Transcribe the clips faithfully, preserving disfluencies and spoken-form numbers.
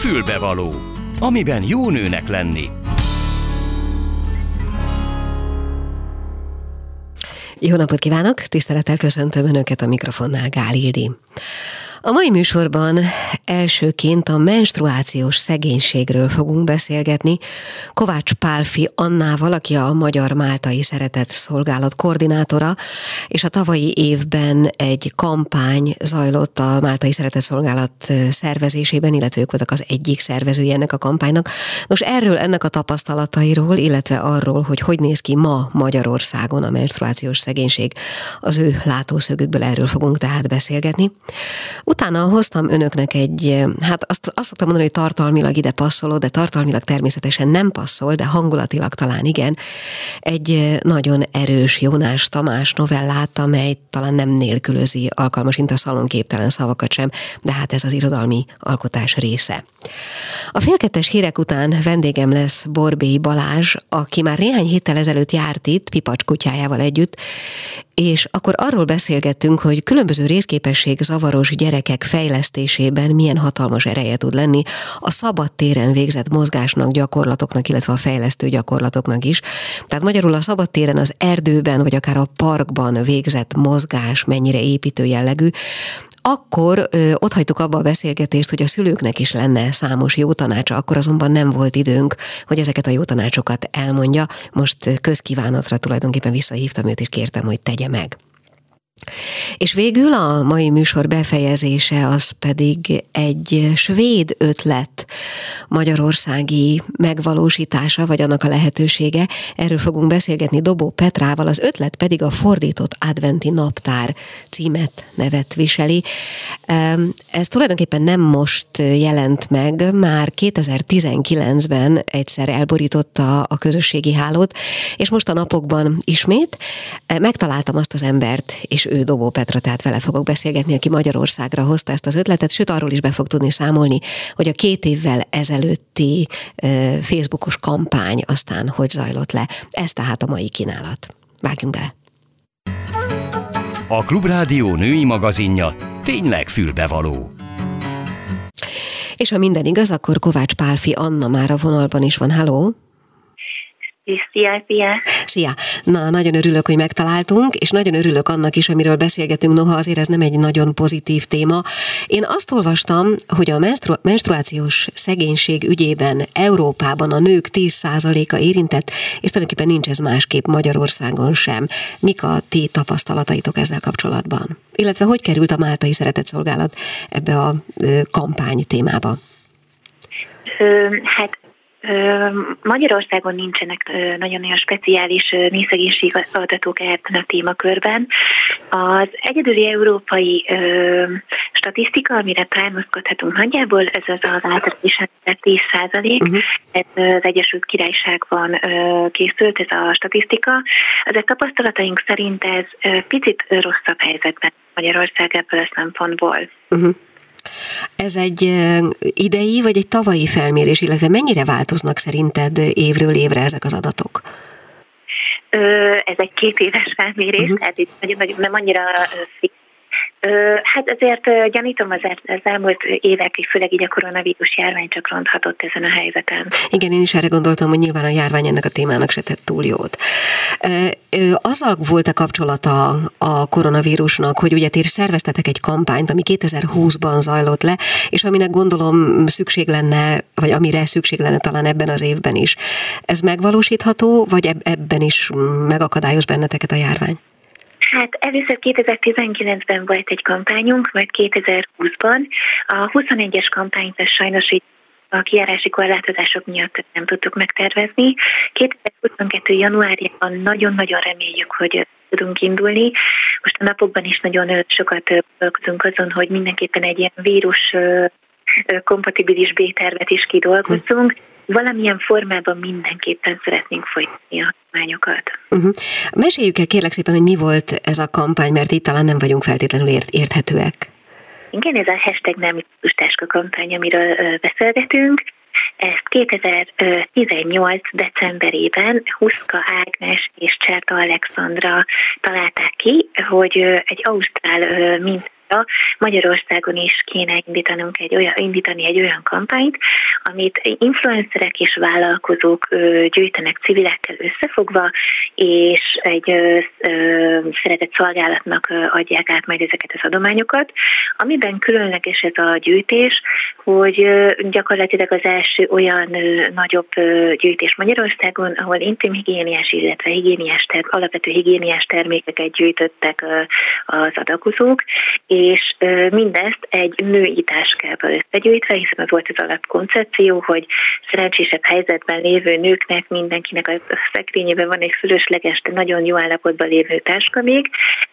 Fülbevaló, amiben jó nőnek lenni. Jó napot kívánok! Tisztelettel köszöntöm Önöket, a mikrofonnál Gál Ildi. A mai műsorban elsőként a menstruációs szegénységről fogunk beszélgetni Kovács Pálfi Annával, aki a Magyar Máltai Szeretet Szolgálat koordinátora, és a tavalyi évben egy kampány zajlott a Máltai Szeretet Szolgálat szervezésében, illetve ők voltak az egyik szervezője ennek a kampánynak. Nos, erről, ennek a tapasztalatairól, illetve arról, hogy hogy néz ki ma Magyarországon a menstruációs szegénység, az ő látószögükből erről fogunk tehát beszélgetni. Utána hoztam önöknek egy, hát azt, azt szoktam mondani, hogy tartalmilag ide passzoló, de tartalmilag természetesen nem passzol, de hangulatilag talán igen, egy nagyon erős Jónás Tamás novellát, amely talán nem nélkülözi alkalmasint a szalonképtelen szavakat sem, de hát ez az irodalmi alkotás része. A félkettes hírek után vendégem lesz Borbély Balázs, aki már néhány héttel ezelőtt járt itt Pipacs kutyájával együtt, és akkor arról beszélgettünk, hogy különböző részképesség zavaros gyerekek fejlesztésében milyen hatalmas ereje tud lenni a szabad téren végzett mozgásnak, gyakorlatoknak, illetve a fejlesztő gyakorlatoknak is. Tehát magyarul a szabad téren, az erdőben, vagy akár a parkban végzett mozgás mennyire építő jellegű. Akkor ö, ott hagytuk abba a beszélgetést, hogy a szülőknek is lenne számos jó tanácsa, akkor azonban nem volt időnk, hogy ezeket a jó tanácsokat elmondja. Most közkívánatra tulajdonképpen visszahívtam őt, és kértem, hogy tegye meg. És végül a mai műsor befejezése az pedig egy svéd ötlet magyarországi megvalósítása, vagy annak a lehetősége. Erről fogunk beszélgetni Dobó Petrával, az ötlet pedig a Fordított Adventi Naptár címet, nevet viseli. Ez tulajdonképpen nem most jelent meg, már kétezer-tizenkilencben egyszer elborította a közösségi hálót, és most a napokban ismét megtaláltam azt az embert, és ő Dobó Petra, tehát vele fogok beszélgetni, aki Magyarországra hozta ezt az ötletet, sőt arról is be fog tudni számolni, hogy a két évvel ezelőtti e, Facebookos kampány aztán hogy zajlott le. Ez tehát a mai kínálat. Vágjunk bele! A Klubrádió női magazinja tényleg fülbevaló. És ha minden igaz, akkor Kovács Pálfi Anna már a vonalban is van. Halló! Szia, szia! Szia! Na, nagyon örülök, hogy megtaláltunk, és nagyon örülök annak is, amiről beszélgetünk, noha azért ez nem egy nagyon pozitív téma. Én azt olvastam, hogy a menstru- menstruációs szegénység ügyében Európában a nők tíz százaléka érintett, és tulajdonképpen nincs ez másképp Magyarországon sem. Mik a ti tapasztalataitok ezzel kapcsolatban? Illetve hogy került a Máltai Szeretet Szolgálat ebbe a kampány témába? Ö, hát Magyarországon nincsenek nagyon-nagyon speciális nőszegénység adatok ebben a témakörben. Az egyedüli európai ö, statisztika, amire támaszkodhatunk nagyjából, ez az az általános tíz százalék. Uh-huh. Ez az Egyesült Királyságban ö, készült ez a statisztika. Az a tapasztalataink szerint ez ö, picit rosszabb helyzetben Magyarország ebből a szempontból. Uh-huh. Ez egy idei vagy egy tavalyi felmérés, illetve mennyire változnak szerinted évről évre ezek az adatok? Ez egy két éves felmérés, uh-huh. tehát itt nagyon, nem annyira fix. Hát azért gyanítom, az, az elmúlt évek, főleg így a koronavírus járvány csak ronthatott ezen a helyzeten. Igen, én is erre gondoltam, hogy nyilván a járvány ennek a témának se tett túl jót. Azzal volt a kapcsolata a koronavírusnak, hogy ugye ti szerveztetek egy kampányt, ami kétezer-húszban zajlott le, és aminek gondolom szükség lenne, vagy amire szükség lenne talán ebben az évben is. Ez megvalósítható, vagy ebben is megakadályoz benneteket a járvány? Hát először kétezer-tizenkilencben volt egy kampányunk, majd kétezer-húszban. A huszonegyes kampányt ez sajnos így a kijárási korlátozások miatt nem tudtuk megtervezni. kétezer-huszonkettő januárjában nagyon-nagyon reméljük, hogy tudunk indulni. Most a napokban is nagyon sokat dolgozunk azon, hogy mindenképpen egy ilyen vírus kompatibilis B-tervet is kidolgozzunk. Valamilyen formában mindenképpen szeretnénk folytatni a hagyományokat. Uh-huh. Meséljük el kérlek szépen, hogy mi volt ez a kampány, mert itt talán nem vagyunk feltétlenül ért, érthetőek. Igen, ez a hashtag nem táska kampány, amiről ö, beszélgetünk. Ezt kétezer-tizennyolc decemberében Huszka Ágnes és Cserta Alexandra találták ki, hogy ö, egy ausztrál ö, mint Magyarországon is kéne indítanunk egy olyan, indítani egy olyan kampányt, amit influencerek és vállalkozók ö, gyűjtenek civilekkel összefogva, és egy ö, ö, szeretett szolgálatnak ö, adják át majd ezeket az adományokat, amiben különleges ez a gyűjtés, hogy ö, gyakorlatilag az első olyan ö, nagyobb ö, gyűjtés Magyarországon, ahol intimhigiéniás, illetve higiéniás ter- alapvető higiéniás termékeket gyűjtöttek ö, az adakozók, és ö, mindezt egy női táskával összegyűjtve, hiszen az volt az alapkoncepció, hogy szerencsésebb helyzetben lévő nőknek mindenkinek a szekrényében van egy fölösleges, de nagyon jó állapotban lévő táska még,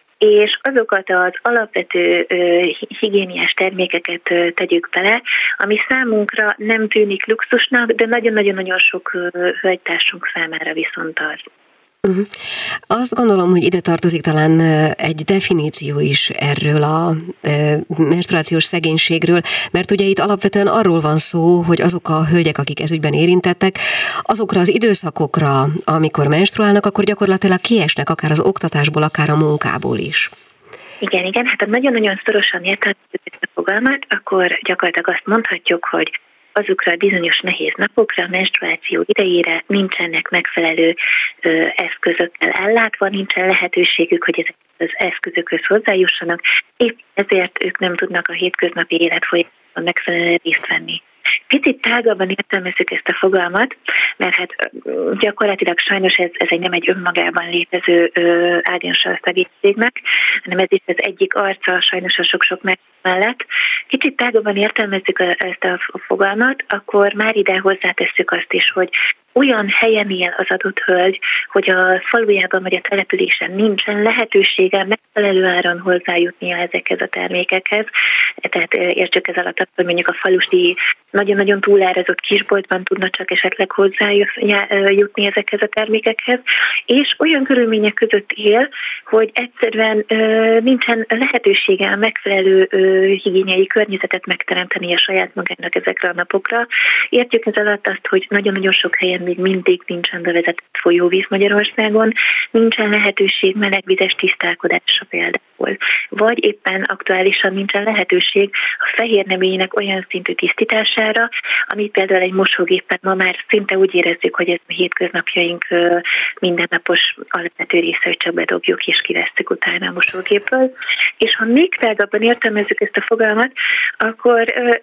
és azokat az alapvető uh, higiéniás termékeket uh, tegyük bele, ami számunkra nem tűnik luxusnak, de nagyon-nagyon-nagyon sok uh, hölgytársunk számára viszont az. Uh-huh. Azt gondolom, hogy ide tartozik talán egy definíció is erről a menstruációs szegénységről, mert ugye itt alapvetően arról van szó, hogy azok a hölgyek, akik ezügyben érintettek, azokra az időszakokra, amikor menstruálnak, akkor gyakorlatilag kiesnek akár az oktatásból, akár a munkából is. Igen, igen, hát ha nagyon-nagyon szorosan értelmezzük ezt a fogalmat, akkor gyakorlatilag azt mondhatjuk, hogy azokra a bizonyos nehéz napokra, a menstruáció idejére nincsenek megfelelő ö, eszközökkel ellátva, nincsen lehetőségük, hogy ezek az eszközökhöz hozzájussanak, épp ezért ők nem tudnak a hétköznapi élet folyamán megfelelően részt venni. Picit tágabban értelmezzük ezt a fogalmat, mert hát gyakorlatilag sajnos ez, ez egy nem egy önmagában létező ágensa a szegénységnek, hanem ez is az egyik arca sajnos a sok-sok meg mellett. Kicsit tágabban értelmezzük ezt a fogalmat, akkor már ide hozzátesszük azt is, hogy olyan helyen él az adott hölgy, hogy a falujában vagy a településen nincsen lehetősége megfelelő áron hozzájutnia ezekhez a termékekhez. Tehát értsük ez alatt, hogy mondjuk a falusi nagyon-nagyon túlárazott kisboltban tudna csak esetleg hozzájutni ezekhez a termékekhez, és olyan körülmények között él, hogy egyszerűen nincsen lehetősége a megfelelő higiéniai környezetet megteremteni a saját magának ezekre a napokra. Értjük ez alatt azt, hogy nagyon-nagyon sok helyen még mindig nincsen bevezetett folyóvíz Magyarországon, nincsen lehetőség melegvizes tisztálkodásra például, vagy éppen aktuálisan nincsen lehetőség a fehér neményének olyan szintű tisztítására, amit például egy mosógéppen ma már szinte úgy érezzük, hogy ez a hétköznapjaink mindennapos alapvető része, hogy csak bedobjuk és kivesszük utána a mosógépből. És ha még tágabban értelmezzük ezt a fogalmat, akkor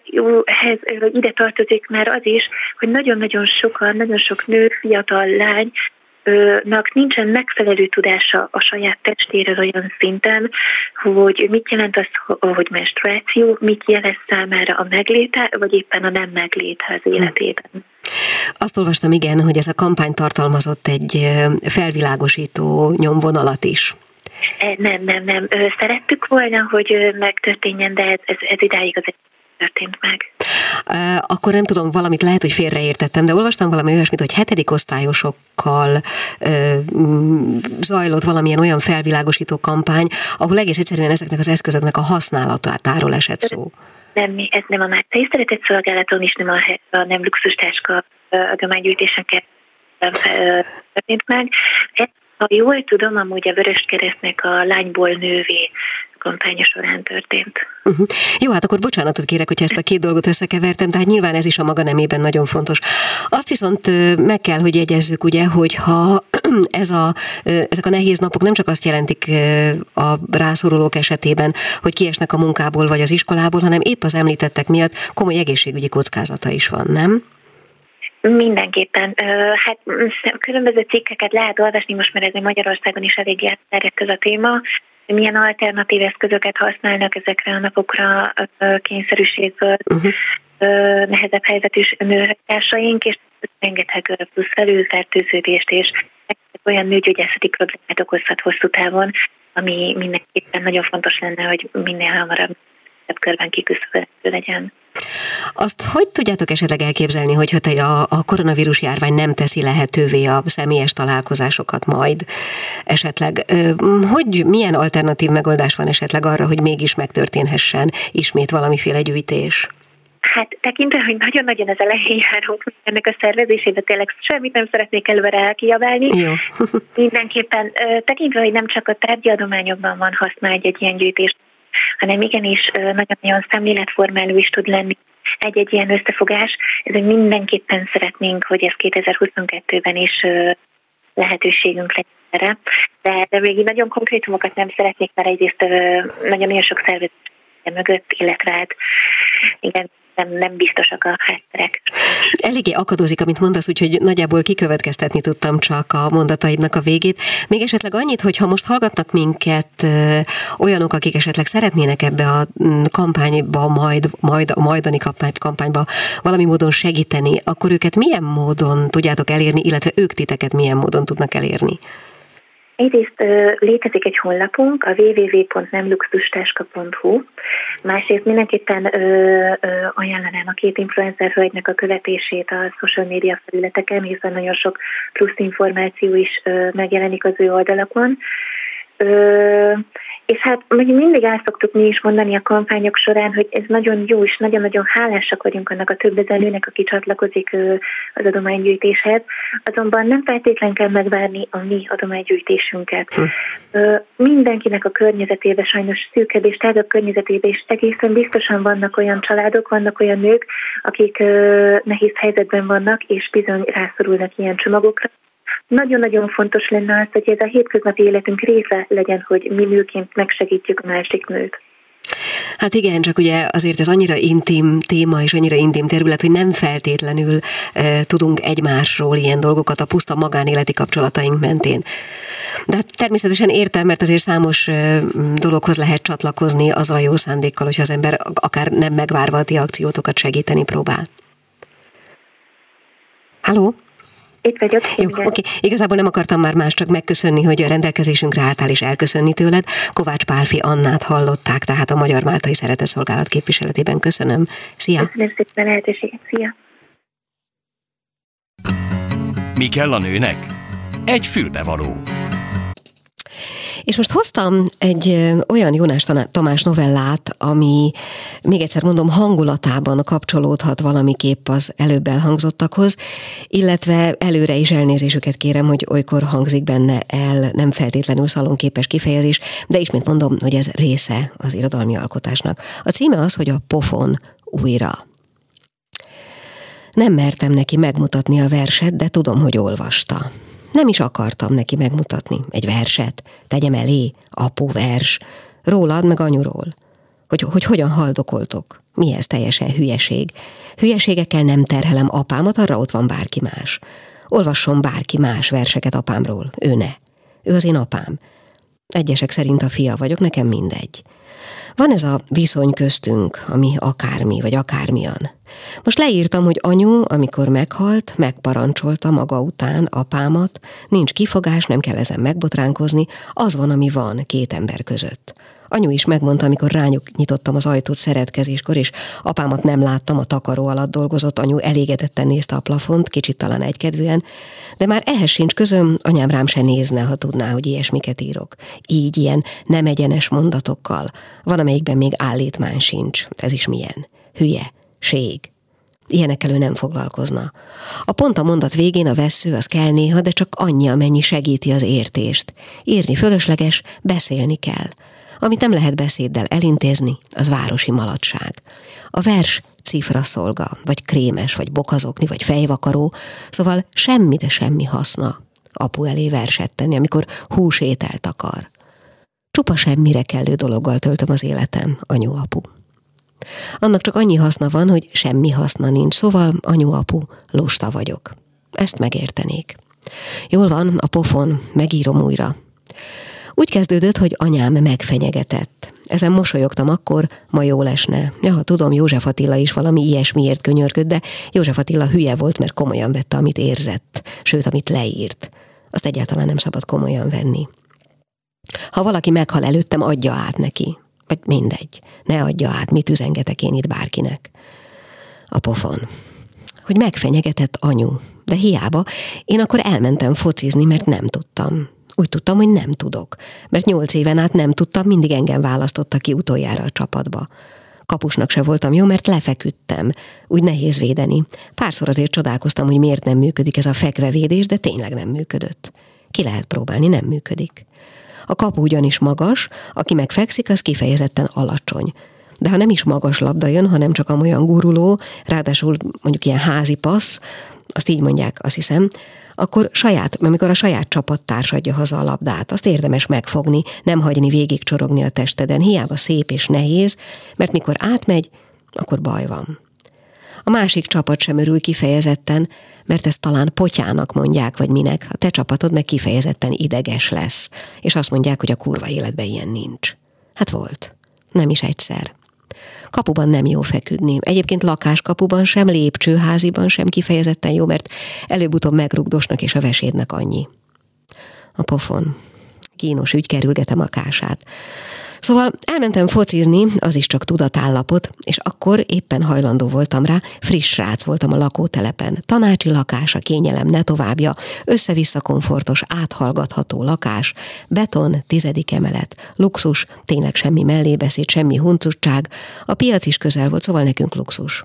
ehhez ide tartozik már az is, hogy nagyon-nagyon sokan, nagyon sok nő, fiatal lány, nak nincsen megfelelő tudása a saját testéről olyan szinten, hogy mit jelent az, hogy menstruáció, mit jelent számára a megléte, vagy éppen a nem megléte az életében. Azt olvastam, igen, hogy ez a kampány tartalmazott egy felvilágosító nyomvonalat is. Nem, nem, nem. Szerettük volna, hogy megtörténjen, de ez, ez, ez idáig azért történt meg. Akkor nem tudom, valamit lehet, hogy félreértettem, de olvastam valami olyasmit, hogy hetedik osztályosokkal ö, zajlott valamilyen olyan felvilágosító kampány, ahol egész egyszerűen ezeknek az eszközöknek a használatáról esett szó. Nem, ez nem a Mártai Szeretett Szolgálaton is, nem a, a nem luxustáska adománygyűjtésen történt meg. Ez, ha jól tudom, amúgy a Vöröskeresztnek a Lányból Nővé kampánya során történt. Uh-huh. Jó, hát akkor bocsánatot kérek, hogy ezt a két dolgot összekevertem, tehát nyilván ez is a maga nemében nagyon fontos. Azt viszont meg kell, hogy jegyezzük, ugye, hogyha ez a, ezek a nehéz napok nem csak azt jelentik a rászorulók esetében, hogy kiesnek a munkából vagy az iskolából, hanem épp az említettek miatt komoly egészségügyi kockázata is van, nem? Mindenképpen. Hát különböző cikkeket lehet olvasni, most már ez Magyarországon is eléggé elterjedt ez a téma, milyen alternatív eszközöket használnak ezekre a napokra kényszerűségből uh-huh. nehezebb helyzetű nőtársaink, és rengeteg plusz felülfertőződést és olyan nőgyógyászati problémát okozhat hosszú távon, ami mindenképpen nagyon fontos lenne, hogy minél hamarabb körben kiküszöbölhető legyen. Azt hogy tudjátok esetleg elképzelni, hogy a, a koronavírus járvány nem teszi lehetővé a személyes találkozásokat majd esetleg? Hogy milyen alternatív megoldás van esetleg arra, hogy mégis megtörténhessen ismét valamiféle gyűjtés? Hát tekintve, hogy nagyon-nagyon az elején járunk ennek a szervezésébe, tényleg semmit nem szeretnék előre elkiabálni. Jó. Mindenképpen tekintve, hogy nem csak a tárgyi adományokban van haszna egy-egy ilyen gyűjtés, hanem igenis nagyon-nagyon szemléletformáló is tud lenni egy-egy ilyen összefogás. Ez mindenképpen szeretnénk, hogy ez kétezer-huszonkettőben is lehetőségünk legyen erre. De, de még nagyon konkrétumokat nem szeretnék, mert egyrészt nagyon-nagyon sok szervezet mögött, illetve hát igen, nem, nem biztosak a hátterek. Eléggé akadozik, amit mondasz, úgyhogy nagyjából kikövetkeztetni tudtam csak a mondataidnak a végét. Még esetleg annyit, hogy ha most hallgatnak minket ö, olyanok, akik esetleg szeretnének ebbe a kampányba, majd, majd a majdani kampányba valami módon segíteni, akkor őket milyen módon tudjátok elérni, illetve ők titeket milyen módon tudnak elérni? Egyrészt ö, létezik egy honlapunk, a double-u double-u double-u pont nem luxustáska pont hu. Másrészt mindenképpen ö, ö, ajánlanám a két influencer hölgynek a követését a social media felületeken, hiszen nagyon sok plusz információ is ö, megjelenik az ő oldalakon. Ö, és hát mindig el szoktuk mi is mondani a kampányok során, hogy ez nagyon jó, és nagyon-nagyon hálásak vagyunk annak a több ezer nőnek, aki csatlakozik az adománygyűjtéshez, azonban nem feltétlen kell megvárni a mi adománygyűjtésünket. Hm. Mindenkinek a környezetében, sajnos szűkebb és tágabb környezetében is egészen biztosan vannak olyan családok, vannak olyan nők, akik nehéz helyzetben vannak, és bizony rászorulnak ilyen csomagokra. Nagyon-nagyon fontos lenne az, hogy ez a hétköznapi életünk része legyen, hogy mi nőként megsegítjük a másik nőt. Hát igen, csak ugye azért ez annyira intim téma és annyira intim terület, hogy nem feltétlenül e, tudunk egymásról ilyen dolgokat a puszta magánéleti kapcsolataink mentén. De hát természetesen értem, mert azért számos e, dologhoz lehet csatlakozni azzal a jó szándékkal, hogyha az ember akár nem megvárva a ti akciótokat segíteni próbál. Halló? Itt vagyok. Jó, oké. Okay. Igazából nem akartam már más, csak megköszönni, hogy a rendelkezésünkre álltál, és elköszönni tőled. Kovács Pálfi Annát hallották, tehát a Magyar Máltai Szeretetszolgálat képviseletében. Köszönöm. Szia! Köszönöm szépen a lehetőséget. Szia! Mi kell a nőnek? Egy fülbevaló. És most hoztam egy olyan Jónás Tamás novellát, ami, még egyszer mondom, hangulatában kapcsolódhat valamiképp az előbb elhangzottakhoz, illetve előre is elnézésüket kérem, hogy olykor hangzik benne el nem feltétlenül szalonképes kifejezés, de ismét mondom, hogy ez része az irodalmi alkotásnak. A címe az, hogy a pofon újra. Nem mertem neki megmutatni a verset, de tudom, hogy olvasta. Nem is akartam neki megmutatni egy verset, tegyem elé, apu vers, rólad meg anyuról, hogy, hogy hogyan haldokoltok, mi ez teljesen hülyeség. Hülyeségekkel nem terhelem apámat, arra ott van bárki más. Olvasson bárki más verseket apámról, ő ne. Ő az én apám. Egyesek szerint a fia vagyok, nekem mindegy. Van ez a viszony köztünk, ami akármi, vagy akármilyen. Most leírtam, hogy anyu, amikor meghalt, megparancsolta maga után apámat, nincs kifogás, nem kell ezen megbotránkozni, az van, ami van két ember között. Anyu is megmondta, amikor rányuk nyitottam az ajtót szeretkezéskor, és apámat nem láttam, a takaró alatt dolgozott, anyu elégedetten nézte a plafont, kicsit talán egykedvűen, de már ehhez sincs közöm, anyám rám se nézne, ha tudná, hogy ilyesmiket írok. Így, ilyen nem egyenes mondatokkal. Van, amelyikben még állítmány sincs. Ez is milyen? Hülye, ség. Ilyenekkel ő nem foglalkozna. A pont a mondat végén a vessző az kell néha, de csak annyi, amennyi segíti az értést. Írni fölösleges, beszélni kell. Amit nem lehet beszéddel elintézni, az városi maladság. A vers cifra szolga, vagy krémes, vagy bokazokni, vagy fejvakaró, szóval semmi, de semmi haszna apu elé verset tenni, amikor húsételt akar. Csupa semmire kellő dologgal töltöm az életem, anyu-apu. Annak csak annyi haszna van, hogy semmi haszna nincs, szóval anyu-apu, lusta vagyok. Ezt megértenék. Jól van, a pofon, megírom újra. Úgy kezdődött, hogy anyám megfenyegetett. Ezen mosolyogtam akkor, ma jól esne. Ja, tudom, József Attila is valami ilyesmiért könyörgött, de József Attila hülye volt, mert komolyan vette, amit érzett, sőt, amit leírt. Azt egyáltalán nem szabad komolyan venni. Ha valaki meghal előttem, adja át neki. Vagy mindegy, ne adja át, mit üzengetek én itt bárkinek. A pofon. Hogy megfenyegetett anyu, de hiába, én akkor elmentem focizni, mert nem tudtam. Úgy tudtam, hogy nem tudok, mert nyolc éven át nem tudtam, mindig engem választottak ki utoljára a csapatba. Kapusnak se voltam jó, mert lefeküdtem. Úgy nehéz védeni. Párszor azért csodálkoztam, hogy miért nem működik ez a fekvevédés, de tényleg nem működött. Ki lehet próbálni, nem működik. A kapu ugyanis magas, aki megfekszik, az kifejezetten alacsony. De ha nem is magas labda jön, hanem csak amolyan guruló, ráadásul mondjuk ilyen házi passz, azt így mondják, azt hiszem, akkor saját, amikor a saját csapattárs adja haza a labdát, azt érdemes megfogni, nem hagyni végig csorogni a testeden, hiába szép és nehéz, mert mikor átmegy, akkor baj van. A másik csapat sem örül kifejezetten, mert ezt talán potyának mondják, vagy minek, a te csapatod meg kifejezetten ideges lesz, és azt mondják, hogy a kurva életben ilyen nincs. Hát volt. Nem is egyszer. Kapuban nem jó feküdni. Egyébként lakáskapuban sem, lépcsőháziban sem kifejezetten jó, mert előbb-utóbb megrugdosnak, és a vesédnek annyi. A pofon. Kínos ügy, kerülgetem a kását. Szóval elmentem focizni, az is csak tudatállapot, és akkor éppen hajlandó voltam rá, friss srác voltam a lakótelepen. Tanácsi lakás, a kényelem ne továbbja, össze-vissza komfortos, áthallgatható lakás, beton, tizedik emelet, luxus, tényleg semmi mellébeszéd, semmi huncutság, a piac is közel volt, szóval nekünk luxus.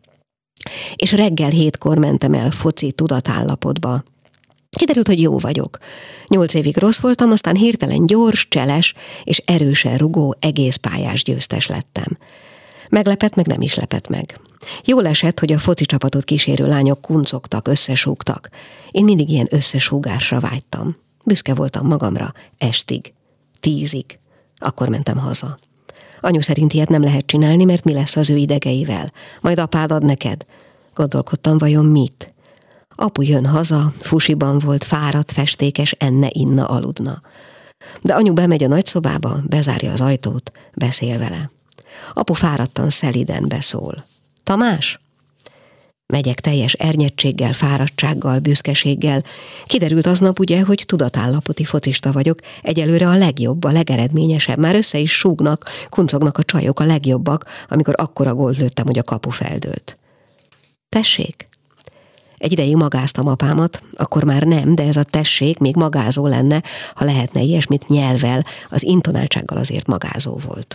És reggel hétkor mentem el foci tudatállapotba. Kiderült, hogy jó vagyok. Nyolc évig rossz voltam, aztán hirtelen gyors, cseles és erősen rugó, egész pályás győztes lettem. Meglepett, meg nem is lepett meg. Jól esett, hogy a foci csapatot kísérő lányok kuncogtak, összesúgtak. Én mindig ilyen összesúgásra vágytam. Büszke voltam magamra, estig, tízig. Akkor mentem haza. Anyu szerint ilyet nem lehet csinálni, mert mi lesz az ő idegeivel? Majd apád ad neked? Gondolkodtam, vajon mit? Apu jön haza, fusiban volt, fáradt, festékes, enne, inna, aludna. De anyu bemegy a nagyszobába, bezárja az ajtót, beszél vele. Apu fáradtan, szeliden beszól. Tamás? Megyek teljes ernyettséggel, fáradtsággal, büszkeséggel. Kiderült aznap ugye, hogy tudatállapoti focista vagyok, egyelőre a legjobb, a legeredményesebb. Már össze is súgnak, kuncognak a csajok, a legjobbak, amikor akkora gólt lőttem, hogy a kapu feldőlt. Tessék? Egy ideig magáztam apámat, akkor már nem, de ez a tessék még magázó lenne, ha lehetne ilyesmit nyelvvel, az intonáltsággal azért magázó volt.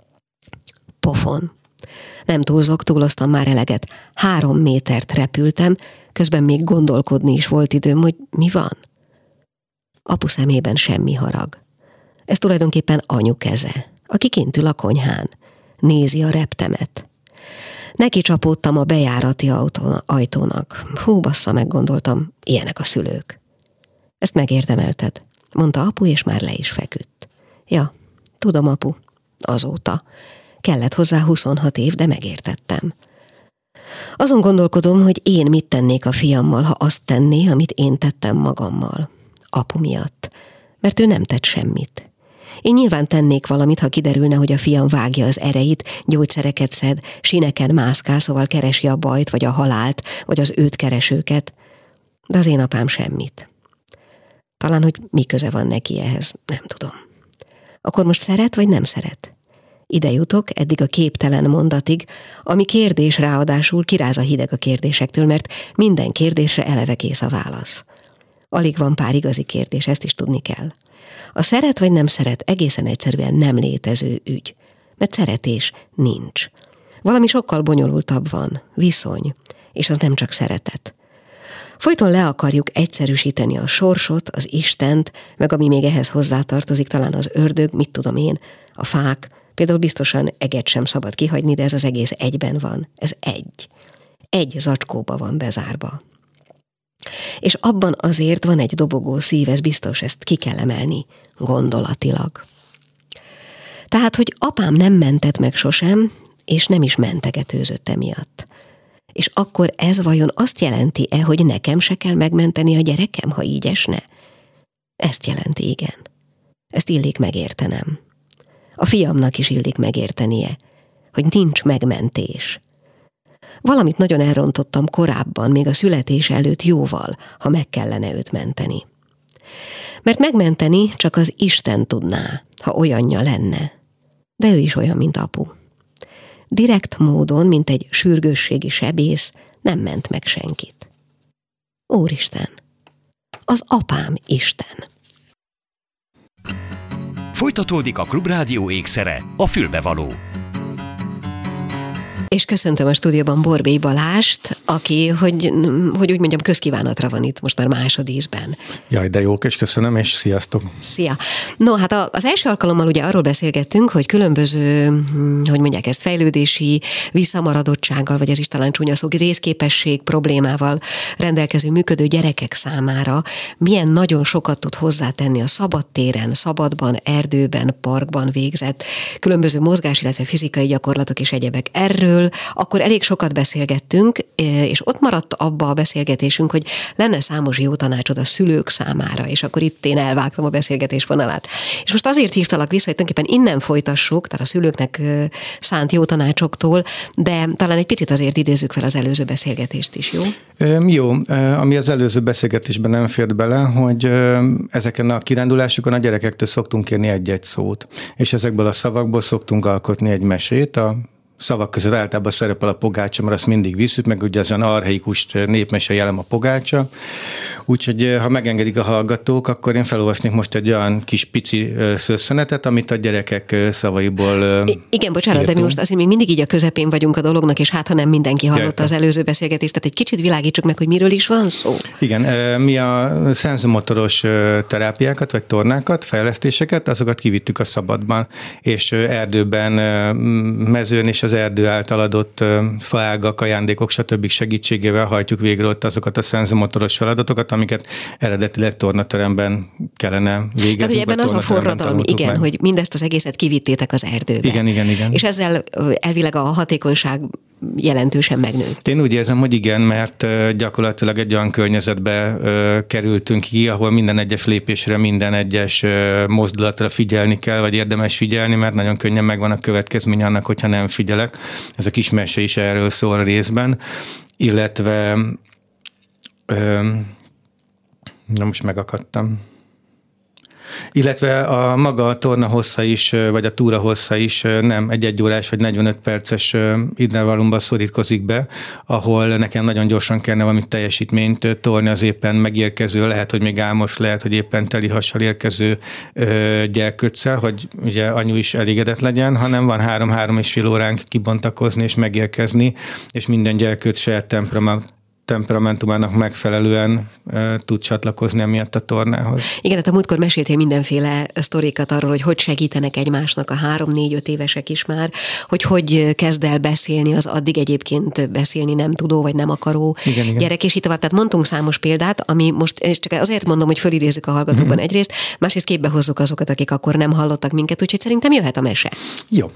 Pofon. Nem túlzok, túloztam már eleget. Három métert repültem, közben még gondolkodni is volt időm, hogy mi van. Apu szemében semmi harag. Ez tulajdonképpen anyu keze, aki kint ül a konyhán. Nézi a reptemet. Neki csapódtam a bejárati ajtónak. Hú, bassza, meggondoltam, ilyenek a szülők. Ezt megérdemelted, mondta apu, és már le is feküdt. Ja, tudom, apu, azóta. Kellett hozzá huszonhat év, de megértettem. Azon gondolkodom, hogy én mit tennék a fiammal, ha azt tenné, amit én tettem magammal. Apu miatt. Mert ő nem tett semmit. Én nyilván tennék valamit, ha kiderülne, hogy a fiam vágja az ereit, gyógyszereket szed, sineken mászkál, szóval keresi a bajt, vagy a halált, vagy az őt keresőket. De az én apám semmit. Talán, hogy mi köze van neki ehhez, nem tudom. Akkor most szeret, vagy nem szeret? Ide jutok, eddig a képtelen mondatig, ami kérdés ráadásul kiráz a hideg a kérdésektől, mert minden kérdésre eleve kész a válasz. Alig van pár igazi kérdés, ezt is tudni kell. A szeret vagy nem szeret egészen egyszerűen nem létező ügy, mert szeretés nincs. Valami sokkal bonyolultabb van, viszony, és az nem csak szeretet. Folyton le akarjuk egyszerűsíteni a sorsot, az Istent, meg ami még ehhez hozzátartozik, talán az ördög, mit tudom én, a fák, például biztosan eget sem szabad kihagyni, de ez az egész egyben van, ez egy. Egy zacskóba van bezárva. És abban azért van egy dobogó szív, ez biztos, ezt ki kell emelni gondolatilag. Tehát, hogy apám nem mentett meg sosem, és nem is mentegetőzött emiatt. És akkor ez vajon azt jelenti-e, hogy nekem se kell megmenteni a gyerekem, ha így esne? Ezt jelenti, igen. Ezt illik megértenem. A fiamnak is illik megértenie, hogy nincs megmentés. Valamit nagyon elrontottam korábban, még a születés előtt jóval, ha meg kellene őt menteni. Mert megmenteni csak az Isten tudná, ha olyanja lenne. De ő is olyan, mint apu. Direkt módon, mint egy sürgősségi sebész, nem ment meg senkit. Úristen, az apám Isten. Folytatódik a Klubrádió ékszere, a fülbevaló. És köszöntöm a stúdióban Borbély Balást, aki, hogy, hogy úgy mondjam, közkívánatra van itt most már másodízben. Jaj, de jók, és köszönöm, és sziasztok! Szia! No, hát az első alkalommal ugye arról beszélgettünk, hogy különböző, hogy mondják ezt, fejlődési visszamaradottsággal, vagy ez is talán csúnya szó, részképesség problémával rendelkező működő gyerekek számára milyen nagyon sokat tud hozzátenni a szabadtéren, szabadban, erdőben, parkban végzett különböző mozgás, illetve fizikai gyakorlatok és egyebek. Erről akkor elég sokat beszélgettünk, és ott maradt abba a beszélgetésünk, hogy lenne számos jó tanácsod a szülők számára, és akkor itt én elvágtam a beszélgetés vonalát. És most azért hívtalak vissza, hogy tulajdonképpen innen folytassuk, tehát a szülőknek szánt jó tanácsoktól, de talán egy picit azért idézzük fel az előző beszélgetést is, jó? Jó, ami az előző beszélgetésben nem fért bele, hogy ezeken a kirándulásokon a gyerekektől szoktunk kérni egy-egy szót, és ezekből a szavakból szoktunk alkotni egy mesét. A szavak között általában szerepel a pogácsa, mert azt mindig visszük, meg ugye az olyan archaikus népmese jelem a pogácsa. Úgyhogy ha megengedik a hallgatók, akkor én felolvasnék most egy olyan kis pici szösszenetet, amit a gyerekek szavaiból I- Igen, bocsánat, írtunk. De mi most azért még mindig így a közepén vagyunk a dolognak, és hát ha nem mindenki hallotta az előző beszélgetést, tehát egy kicsit világítsuk meg, hogy miről is van szó. Igen, mi a szenzomotoros terápiákat, vagy tornákat, fejlesztéseket, azokat kivittük a szabadban, és erdőben, mezőn és az erdő által adott faágak, ajándékok, stb. Segítségével hajtjuk végre ott azokat a szenzomotoros feladatokat, amiket eredetileg tornateremben kellene végezni. Tehát ugye ebben az a forradalmi, igen, meg. Hogy mindezt az egészet kivittétek az erdőbe. Igen, igen, igen. És ezzel elvileg a hatékonyság jelentősen megnőtt. Én úgy érzem, hogy igen, mert gyakorlatilag egy olyan környezetbe kerültünk ki, ahol minden egyes lépésre, minden egyes mozdulatra figyelni kell, vagy érdemes figyelni, mert nagyon könnyen megvan a következménye annak, hogyha nem figyelek. Ez a kis mese is erről szól részben, illetve na most megakadtam. Illetve a maga a torna hossza is, vagy a túra hossza is nem egy-egy órás vagy negyvenöt perces intervallumban szorítkozik be, ahol nekem nagyon gyorsan kellene valamit teljesítményt tolni az éppen megérkező, lehet, hogy még álmos, lehet, hogy éppen teli hassal érkező gyerkőccel, hogy ugye anyu is elégedett legyen, hanem van három-három és fél óránk kibontakozni és megérkezni, és minden gyerkőc saját temperament temperamentumának megfelelően e, tud csatlakozni emiatt a tornához. Igen, hát a múltkor meséltél mindenféle sztorikat arról, hogy hogy segítenek egymásnak a három-négy-öt évesek is már, hogy hogy kezd el beszélni az addig egyébként beszélni nem tudó, vagy nem akaró igen, igen. gyerek, és így tovább. Tehát mondtunk számos példát, ami most, és csak azért mondom, hogy fölidézzük a hallgatókban mm-hmm. egyrészt, másrészt képbe hozzuk azokat, akik akkor nem hallottak minket, úgyhogy szerintem jöhet a mese. Jó.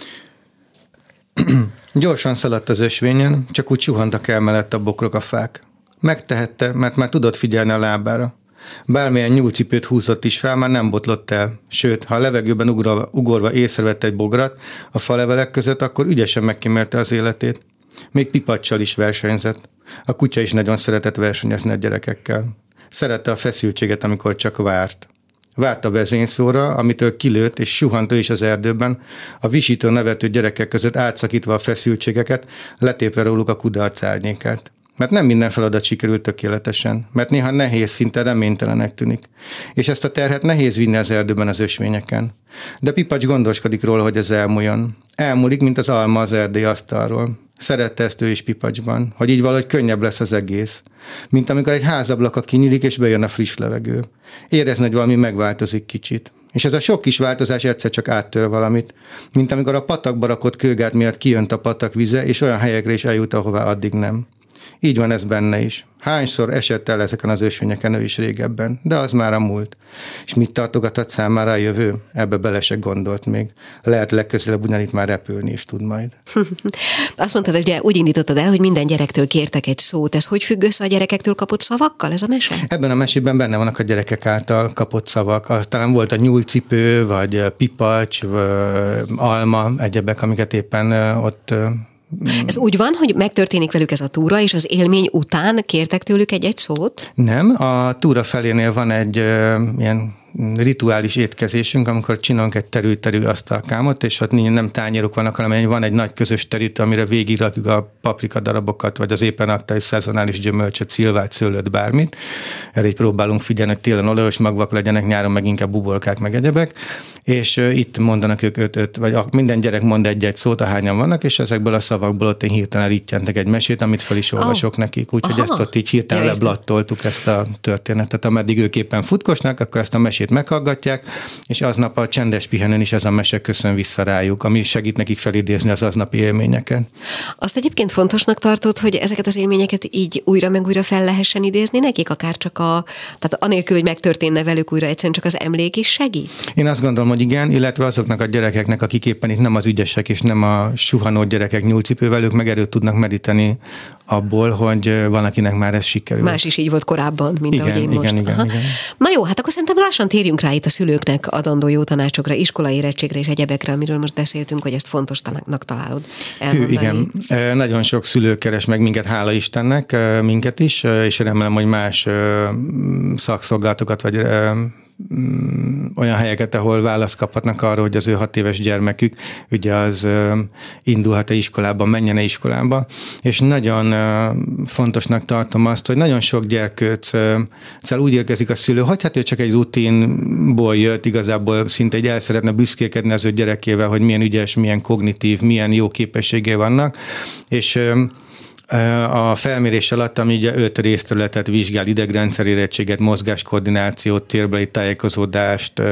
Gyorsan szaladt az ösvényen, csak úgy suhantak el mellett a bokrok, a fák. Megtehette, mert már tudott figyelni a lábára. Bármilyen nyúlcipőt húzott is fel, már nem botlott el. Sőt, ha a levegőben ugorva, ugorva észrevett egy bograt a falevelek között, akkor ügyesen megkímélte az életét. Még Pipacsal is versenyzett. A kutya is nagyon szeretett versenyezni a gyerekekkel. Szerette a feszültséget, amikor csak várt. Várt a vezényszóra, amitől kilőtt és suhant ő is az erdőben, a visító nevető gyerekek között átszakítva a feszültségeket, letépve róluk a kudarc árnyékát. Mert nem minden feladat sikerült tökéletesen, mert néha nehéz, szinte reménytelenek tűnik. És ezt a terhet nehéz vinni az erdőben az ösvényeken. De Pipacs gondoskodik róla, hogy ez elmúljon. Elmúlik, mint az alma az erdei asztalról. Szerette ezt ő is Pipacsban, hogy így valahogy könnyebb lesz az egész. Mint amikor egy házablaka kinyílik és bejön a friss levegő. Érezni, hogy valami megváltozik kicsit. És ez a sok kis változás egyszer csak áttör valamit. Mint amikor a patakba rakott kőgát miatt kijönt a patak vize, és olyan helyekre is eljut, ahová addig nem. Így van ez benne is. Hányszor esett el ezeken az ösvényeken ő is régebben, de az már a múlt. És mit tartogathat számára a jövő? Ebbe bele se gondolt még. Lehet legközelebb ugyanitt már repülni is tud majd. Azt mondtad, hogy ugye úgy indítottad el, hogy minden gyerektől kértek egy szót. Ez hogy függ össze a gyerekektől kapott szavakkal, ez a mese? Ebben a mesében benne vannak a gyerekek által kapott szavak. Talán volt a nyúlcipő, vagy pipacs, vagy alma, egyebek, amiket éppen ott... Ez úgy van, hogy megtörténik velük ez a túra, és az élmény után kértek tőlük egy-egy szót? Nem, a túra felénél van egy uh, ilyen rituális étkezésünk, amikor csinálunk egy terű-terű asztalkámot, és ott nem tányérok vannak, hanem van egy nagy közös terítő, amire végigrakjuk a paprika darabokat, vagy az éppen aktuális szezonális gyümölcsöt, szilvát, szőlőt, bármit. Erre így próbálunk figyelni, hogy télen olajos magvak legyenek, nyáron meg inkább bubolkák, meg egyebek. És uh, itt mondanak ők öt-öt, vagy a, minden gyerek mond egy-egy szót, ahányan vannak, és ezekből a szavakból ott én hirtelen ritjentek egy mesét, amit fel is olvasok oh. nekik. Úgyhogy ezt ott így hirtelen ja, leblattoltuk ezt a történetet. Ameddig ők éppen futkosnak, akkor ezt a mesét meghallgatják, és aznap a csendes pihenőn is ez a mese köszön vissza rájuk, ami segít nekik felidézni az aznapi élményeket. Azt egyébként fontosnak tartod, hogy ezeket az élményeket így újra meg újra fel lehessen idézni nekik, akár csak a, tehát anélkül, hogy megtörténne velük újra, egyszerűen csak az emlék is segít? Én azt gondolom, hogy igen, illetve azoknak a gyerekeknek, akik éppen itt nem az ügyesek és nem a suhanó gyerekek nyúlcipővel, ők meg erőt tudnak meríteni abból, hogy van, akinek már ez sikerül. Más is így volt korábban, mint igen, ahogy én igen, most. Igen, igen, igen. Na jó, hát akkor szerintem lassan térjünk rá itt a szülőknek adandó jó tanácsokra, iskolaérettségre és egyebekre, amiről most beszéltünk, hogy ezt fontosnak találod elmondani. Hű, igen, nagyon sok szülő keres meg minket, hála Istennek, minket is, és remélem, hogy más szakszolgálatokat vagy olyan helyeket, ahol választ kaphatnak arra, hogy az ő hat éves gyermekük ugye az indulhat-e iskolában, menjen-e iskolába, és nagyon fontosnak tartom azt, hogy nagyon sok gyerkőc szóval úgy érkezik a szülő, hogy hát ő csak egy rutinból jött, igazából szinte egy el szeretne büszkélkedni az ő gyerekével, hogy milyen ügyes, milyen kognitív, milyen jó képességei vannak, és a felmérés alatt, ami ugye öt részterületet vizsgál, idegrendszer érettséget, mozgáskoordinációt, térbeli tájékozódást,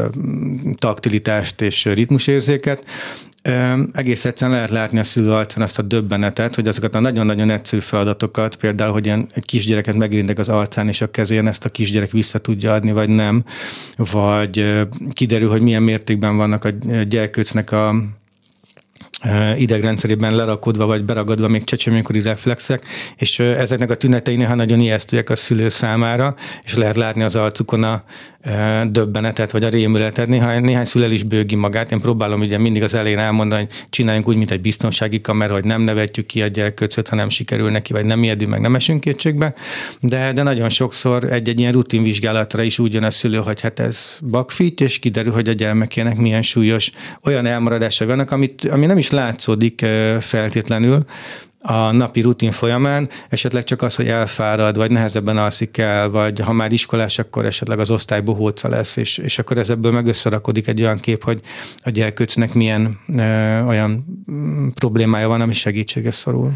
taktilitást és ritmusérzéket, egész egyszerűen lehet látni a szülő arcán azt a döbbenetet, hogy azokat a nagyon-nagyon egyszerű feladatokat, például, hogy ilyen egy kisgyereket megérintek az arcán és a kezén, ezt a kisgyerek vissza tudja adni, vagy nem, vagy kiderül, hogy milyen mértékben vannak a gyerkőcnek a idegrendszerében lerakodva vagy beragadva még csecsemőkori reflexek, és ezeknek a tünetei néha nagyon ijesztőek a szülő számára, és lehet látni az arcukon a döbbenetet, vagy a rémületet. Néha, néhány szülő is bőgi magát. Én próbálom ugye mindig az elején elmondani, hogy csináljunk úgy, mint egy biztonsági kamera, hogy nem nevetjük ki a gyerkőcöt, ha nem sikerül neki, vagy nem ijedünk, meg nem esünk kétségbe. De, de nagyon sokszor egy-egy ilyen rutinvizsgálatra is úgy jön a szülő, hogy hát ez bakfit, és kiderül, hogy a gyermekének milyen súlyos olyan elmaradásai vannak, amit, ami nem is látszódik feltétlenül a napi rutin folyamán, esetleg csak az, hogy elfárad, vagy nehezebben alszik el, vagy ha már iskolás, akkor esetleg az osztály bohóca lesz, és, és akkor ez ebből meg összerakodik egy olyan kép, hogy a gyerkőcnek milyen ö, olyan problémája van, ami segítségre szorul.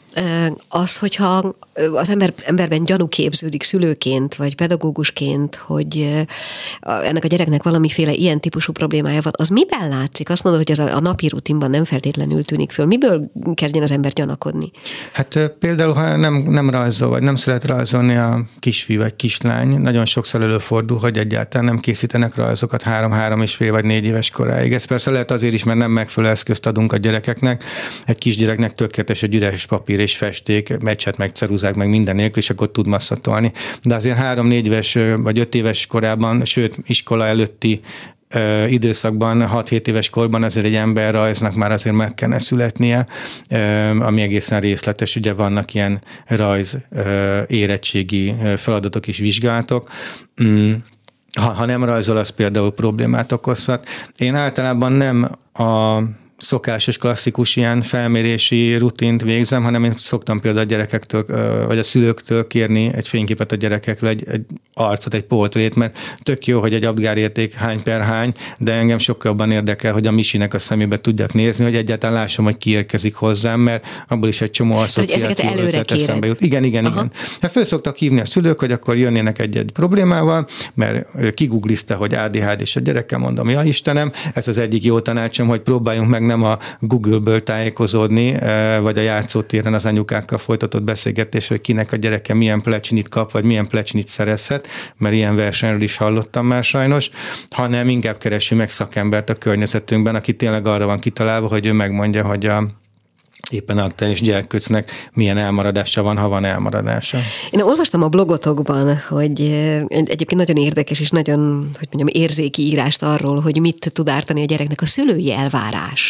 Az, hogyha az ember, emberben gyanú képződik szülőként, vagy pedagógusként, hogy ennek a gyereknek valamiféle ilyen típusú problémája van, az miben látszik? Azt mondod, hogy ez a napi rutinban nem feltétlenül tűnik föl. Miből kezdjen az ember gyanakodni? Hát például, ha nem, nem rajzol, vagy nem szeret rajzolni a kisfiú vagy kislány, nagyon sokszor előfordul, hogy egyáltalán nem készítenek rajzokat három-három és fél vagy négy éves koráig. Ez persze lehet azért is, mert nem megfelelő eszközt adunk a gyerekeknek. Egy kisgyereknek tökéletes egy üres papír és festék, meccset, meg ceruzák, meg minden nélkül, és akkor tud masszatolni. De azért három-négy éves vagy öt éves korában, sőt iskola előtti ö, időszakban, hat-hét éves korban azért egy emberrajznak már azért meg kellene születnie, ö, ami egészen részletes. Ugye vannak ilyen rajz ö, érettségi feladatok és vizsgálatok. Mm. Ha, ha nem rajzol, az például problémát okozhat. Én általában nem a szokásos, klasszikus ilyen felmérési rutint végzem, hanem én szoktam például a gyerekektől, vagy a szülőktől kérni egy fényképet a gyerekekről, egy, egy arcot, egy portrét, mert tök jó, hogy egy abgárérték hány per hány, de engem sokkal jobban érdekel, hogy a Misinek a szemébe tudjak nézni, hogy egyáltalán lássam, hogy ki érkezik hozzám, mert abból is egy csomó asszociáció ötlet eszembe jut. Igen, igen, Aha. igen. Hát föl szoktak hívni a szülők, hogy akkor jönnének egy-egy problémával, mert kiguglizte, hogy á dé há dés a gyerekem, mondom, ja Istenem, ez az egyik jó tanácsom, hogy próbáljunk meg nem a Google-ből tájékozódni, vagy a játszótéren az anyukákkal folytatott beszélgetés, hogy kinek a gyereke milyen plecsnit kap, vagy milyen plecsnit szerezhet, mert ilyen versenyről is hallottam már sajnos, hanem inkább keressünk meg szakembert a környezetünkben, aki tényleg arra van kitalálva, hogy ő megmondja, hogy a éppen aktuális gyerkőcnek milyen elmaradása van, ha van elmaradása. Én olvastam a blogotokban, hogy egyébként nagyon érdekes és nagyon, hogy mondjam, érzéki írást arról, hogy mit tud ártani a gyereknek a szülői elvárás.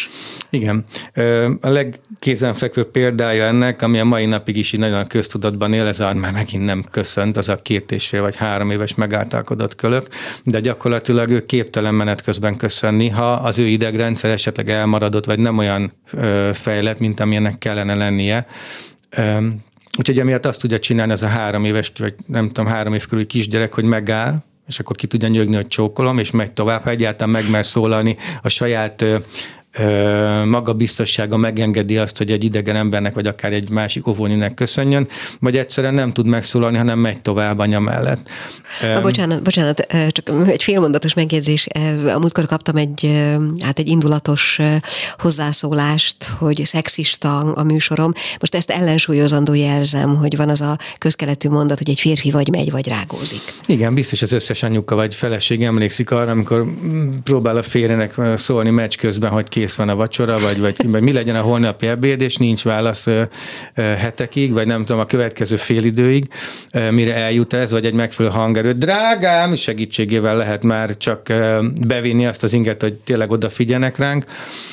Igen. A legkézenfekvőbb példája ennek, ami a mai napig is így nagyon a köztudatban él, ez a, már megint nem köszönt, az a két és fél vagy három éves megáltalkodott kölök, de gyakorlatilag ő képtelen menet közben köszönni, ha az ő idegrendszer esetleg elmaradott, vagy nem olyan fejlett, mint amilyennek kellene lennie. Úgyhogy emiatt azt tudja csinálni az a három éves, vagy nem tudom, három év körüli kisgyerek, hogy megáll, és akkor ki tudja nyögni, hogy csókolom, és megy tovább, ha egyáltalán megmer szólalni a saját magabiztossága megengedi azt, hogy egy idegen embernek, vagy akár egy másik óvónének köszönjön, vagy egyszerűen nem tud megszólalni, hanem megy tovább anya mellett. Na, bocsánat, bocsánat, csak egy félmondatos megjegyzés. A múltkor kaptam egy, hát egy indulatos hozzászólást, hogy szexista a műsorom. Most ezt ellensúlyozandó jelzem, hogy van az a közkeletű mondat, hogy egy férfi vagy megy, vagy rágózik. Igen, biztos az összes anyuka vagy feleség emlékszik arra, amikor próbál a férjének szólni meccs közben, hogy kész van a vacsora, vagy, vagy, vagy mi legyen a holnapi ebéd, és nincs válasz hetekig, vagy nem tudom, a következő félidőig, mire eljut ez, vagy egy megfelelő hangerő. Drágám, segítségével lehet már csak bevinni azt az inget, hogy tényleg odafigyelnek ránk.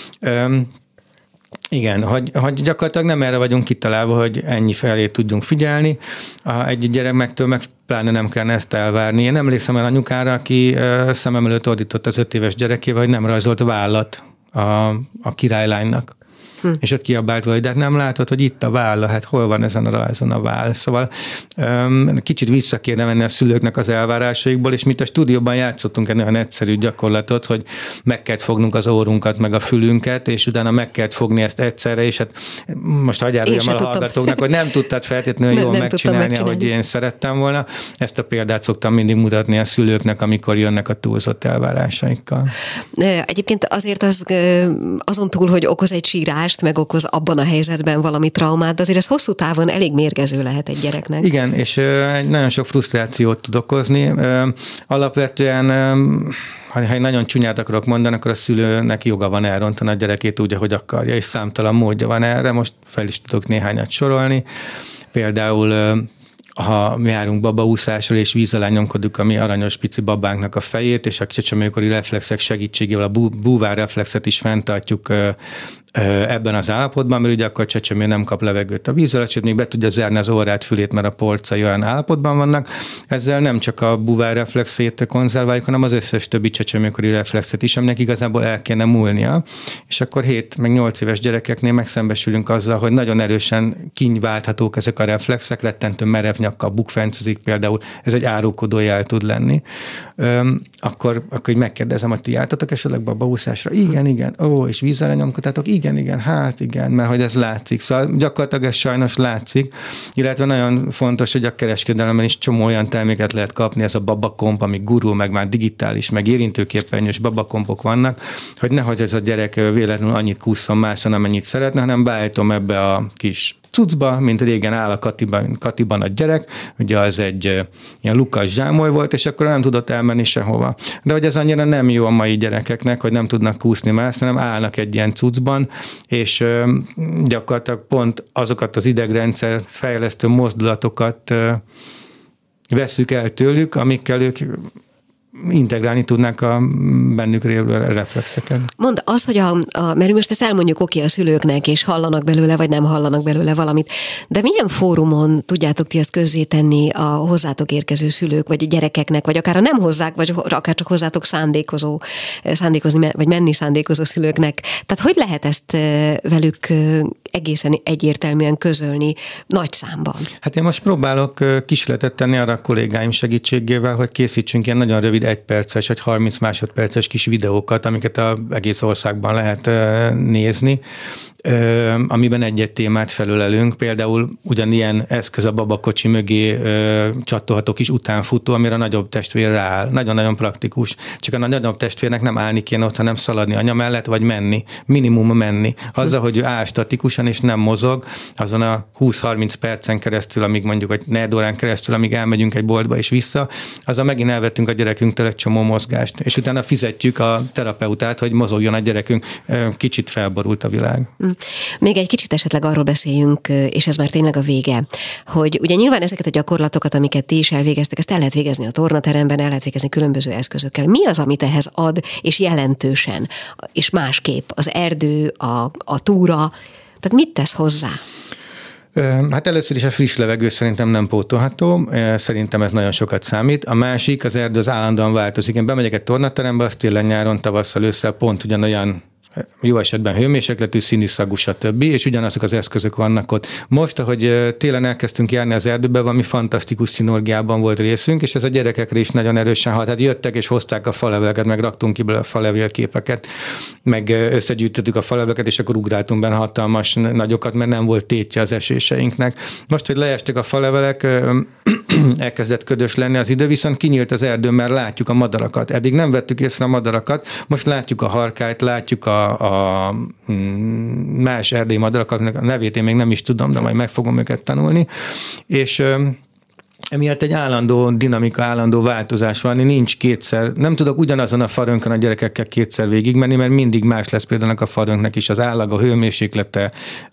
Igen, hogy, hogy gyakorlatilag nem erre vagyunk kitalálva, hogy ennyi felé tudjunk figyelni. Egy gyermektől meg pláne nem kellene ezt elvárni. Én emlékszem el anyukára, aki szemem előtt ordított az öt éves gyerekével, hogy nem rajzolt vállat a, a királylánynak. Hm. És ott kiabált vagy, de hát nem látod, hogy itt a válla, hát hol van ezen a rajzon a váll. Szóval um, kicsit vissza kéne venni a szülőknek az elvárásaikból, és mint a stúdióban játszottunk egy nagyon egyszerű gyakorlatot, hogy meg kellett fognunk az órunkat, meg a fülünket, és utána meg kellett fogni ezt egyszerre, és hát most hagyjáruljam el a hallgatóknak, hogy nem tudtad feltétlenül nem, jól nem megcsinálni, megcsinálni, ahogy én szerettem volna. Ezt a példát szoktam mindig mutatni a szülőknek, amikor jönnek a túlzott elvárásaikkal. Egyébként azért az, azon túl, hogy okoz egy sírás, meg okoz abban a helyzetben valami traumát, de azért ez hosszú távon elég mérgező lehet egy gyereknek. Igen, és nagyon sok frusztrációt tud okozni. Alapvetően, ha én nagyon csúnyát akarok mondani, akkor a szülőnek joga van elrontani a gyerekét úgy, ahogy akarja, és számtalan módja van erre, most fel is tudok néhányat sorolni. Például ha mi járunk babaúszásra, és víz alá nyomkodjuk a mi aranyos pici babánknak a fejét, és a csecsemőkori reflexek segítségével a bú- búvár reflexet is fenntartjuk ebben az állapotban, mert ugye akkor a csecsemő nem kap levegőt a víz alatt, sőt még be tudja zárni az orrát, fülét, mert a porcai olyan állapotban vannak. Ezzel nem csak a búvár reflexét konzerváljuk, hanem az összes többi csecsemőkori reflexet is, aminek igazából el kéne múlnia. És akkor hét meg nyolc éves gyerekeknél megszembesülünk azzal, hogy nagyon erősen kinyválthatók ezek a reflexek, rettentő merev nyakkal bukfencozik például, ez egy árulkodó jel tud lenni. Öm, akkor, akkor megkérdezem, hogy ti jártatok esetleg babaúszásra? Igen, igen. Ó, és vízzel nyomkodtátok? Igen, igen, hát igen, mert hogy ez látszik. Szóval gyakorlatilag ez sajnos látszik, illetve nagyon fontos, hogy a kereskedelemben is csomó olyan terméket lehet kapni, ez a babakomp, ami gurul, meg már digitális, meg érintőképernyős babakompok vannak, hogy nehogy ez a gyerek véletlenül annyit kúszson máson, amennyit szeretne, hanem beállítom ebbe a kis cuccba, mint régen áll a Katiban, Katiban a gyerek, ugye az egy ilyen lukas zsámoly volt, és akkor nem tudott elmenni sehova. De hogy ez annyira nem jó a mai gyerekeknek, hogy nem tudnak kúszni mászni, hanem állnak egy ilyen cuccban, és gyakorlatilag pont azokat az idegrendszer fejlesztő mozdulatokat vesszük el tőlük, amikkel ők integrálni tudnák a bennük lévő reflexeket. Mondd, az, hogy a, a mert most ezt elmondjuk oké a szülőknek, és hallanak belőle, vagy nem hallanak belőle valamit, de milyen fórumon tudjátok ti ezt közzétenni a hozzátok érkező szülők, vagy gyerekeknek, vagy akár a nem hozzák, vagy akár csak hozzátok szándékozó, szándékozni, vagy menni szándékozó szülőknek. Tehát hogy lehet ezt velük egészen egyértelműen közölni nagy számban? Hát én most próbálok kísérletet tenni arra a kollégáim segítségével, hogy készítsünk ilyen nagyon rövid egyperces vagy harminc másodperces kis videókat, amiket az egész országban lehet nézni, amiben egy-egy témát felölelünk. Például ugyanilyen eszköz a babakocsi mögé csatolható kis utánfutó, amire a nagyobb testvér rááll. Nagyon-nagyon praktikus. Csak a nagyobb testvérnek nem állni kéne ott, hanem szaladni anya mellett, vagy menni. Minimum menni. Azzal, hogy ő áll statikusan és nem mozog, azon a húsz-harminc percen keresztül, amíg mondjuk, vagy négy órán keresztül, amíg elmegyünk egy boltba és vissza, azzal megint elvettünk a gyerekünktől egy csomó mozgást. És utána fizetjük a terapeutát, hogy mozogjon a gyerekünk. Kicsit felborult a világ. Még egy kicsit esetleg arról beszéljünk, és ez már tényleg a vége, hogy ugye nyilván ezeket a gyakorlatokat, amiket ti is elvégeztek, ezt el lehet végezni a tornateremben, el lehet végezni különböző eszközökkel. Mi az, amit ehhez ad, és jelentősen, és másképp az erdő, a, a túra, tehát mit tesz hozzá? Hát először is a friss levegő szerintem nem pótolható, szerintem ez nagyon sokat számít. A másik, az erdő az állandóan változik. Én bemegyek egy tornaterembe, azt télen, nyáron, tavasszal, ősszel pont ugyanolyan, jó esetben hőmérsékletű, színű, szagú, stb. És ugyanazok az eszközök vannak ott. Most, ahogy télen elkezdtünk járni az erdőbe, valami fantasztikus szinergiában volt részünk, és ez a gyerekekre is nagyon erősen hat. Hát jöttek és hozták a faleveleket, meg raktunk ki belőle a falevélképeket, meg összegyűjtöttük a faleveleket, és akkor ugráltunk benne hatalmas nagyokat, mert nem volt tétje az eséseinknek. Most, hogy leestek a falevelek, elkezdett ködös lenni az idő, viszont kinyílt az erdő, mert látjuk a madarakat. Eddig nem vettük észre a madarakat, most látjuk a harkályt, látjuk a a más erdélyi madarakat, a nevét én még nem is tudom, de majd meg fogom őket tanulni, és emiatt egy állandó dinamika, állandó változás van, nincs kétszer, nem tudok ugyanazon a farönkön a gyerekekkel kétszer végigmenni, mert mindig más lesz például a farönknek is az állag, a hőmérséklete,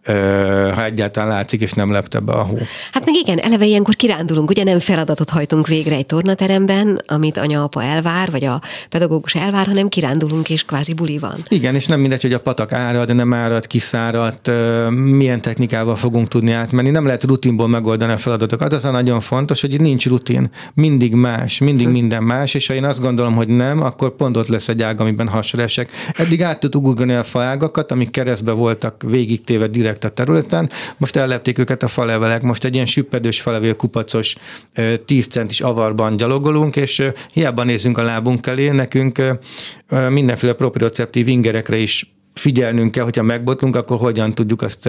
ha egyáltalán látszik, és nem lepte be a hó. Hát meg igen, eleve ilyenkor kirándulunk, ugye nem feladatot hajtunk végre egy tornateremben, amit anya-apa elvár, vagy a pedagógus elvár, hanem kirándulunk, és kvázi buli van. Igen, és nem mindegy, hogy a patak árad, nem árad, kiszáradt, milyen technikával fogunk tudni átmenni, nem lehet rutinból megoldani a feladatokat, az a nagyon fontos, hogy itt nincs rutin, mindig más, mindig minden más, és ha én azt gondolom, hogy nem, akkor pont ott lesz egy ág, amiben hasra esek. Eddig át tudtuk ugrani a faágakat, amik keresztbe voltak végigtéve direkt a területen, most ellepték őket a falevelek, most egy ilyen süppedős falevél kupacos tíz centis avarban gyalogolunk, és hiába nézzünk a lábunk elé, nekünk mindenféle proprioceptív ingerekre is figyelnünk kell, hogyha megbotlunk, akkor hogyan tudjuk azt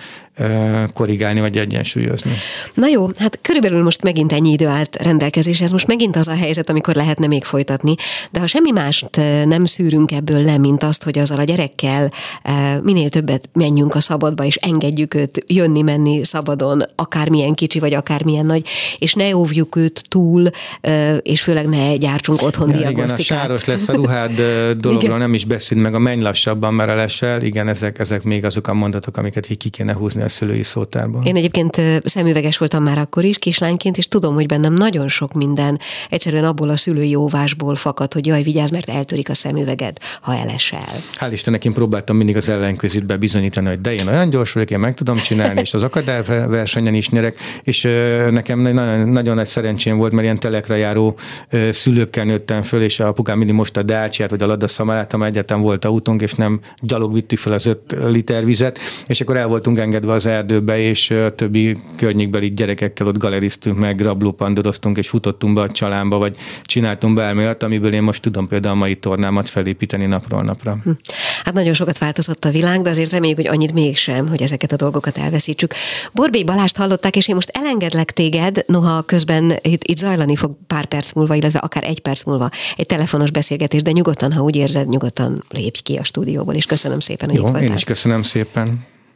korrigálni, vagy egyensúlyozni. Na jó, hát körülbelül most megint ennyi idő állt rendelkezésre, ez most megint az a helyzet, amikor lehetne még folytatni, de ha semmi mást nem szűrünk ebből le, mint azt, hogy azzal a gyerekkel minél többet menjünk a szabadba, és engedjük őt jönni-menni szabadon, akármilyen kicsi, vagy akármilyen nagy, és ne óvjuk őt túl, és főleg ne gyártsunk otthon ja, diagnosztikát. Igen, a sáros lesz a ruhád dologról nem is beszél meg, a menj lassabban, mert elesel, igen, ezek, ezek még azok a mondatok, amiket így ki kéne húzni a szülői szótárból. Én egyébként szemüveges voltam már akkor is, kislányként, és tudom, hogy bennem nagyon sok minden egyszerűen abból a szülői óvásból fakad, hogy jaj, vigyázz, mert eltörik a szemüveged, ha elesel. Hál' Istennek, én próbáltam mindig az ellenközit bebizonyítani, hogy de én olyan gyors vagyok, én meg tudom csinálni, és az akadályversenyen is nyerek, és nekem nagyon, nagyon nagy szerencsém volt, mert ilyen telekre járó szülőkkel nőttem föl, és a apukám mindig most a Dacia-t, vagy a Lada Samarát, amely egyáltalán volt autónk, és nem gyalog vittük fel az öt liter vizet, és akkor el voltunk engedve az erdőbe, és a többi környékbeli gyerekekkel ott galeriztünk meg, rablópandoroztunk, és futottunk be a csalámba, vagy csináltunk bármilyat, amiből én most tudom például a mai tornámat felépíteni napról napra. Hm. Hát nagyon sokat változott a világ, de azért reméljük, hogy annyit mégsem, hogy ezeket a dolgokat elveszítsük. Borbély Balást hallották, és én most elengedlek téged, noha közben itt, itt zajlani fog pár perc múlva, illetve akár egy perc múlva egy telefonos beszélgetés, de nyugodtan, ha úgy érzed, nyugodtan lépj ki a stúdióból, és köszönöm szépen, hogy Jó, itt voltál. Én is köszönöm szépen.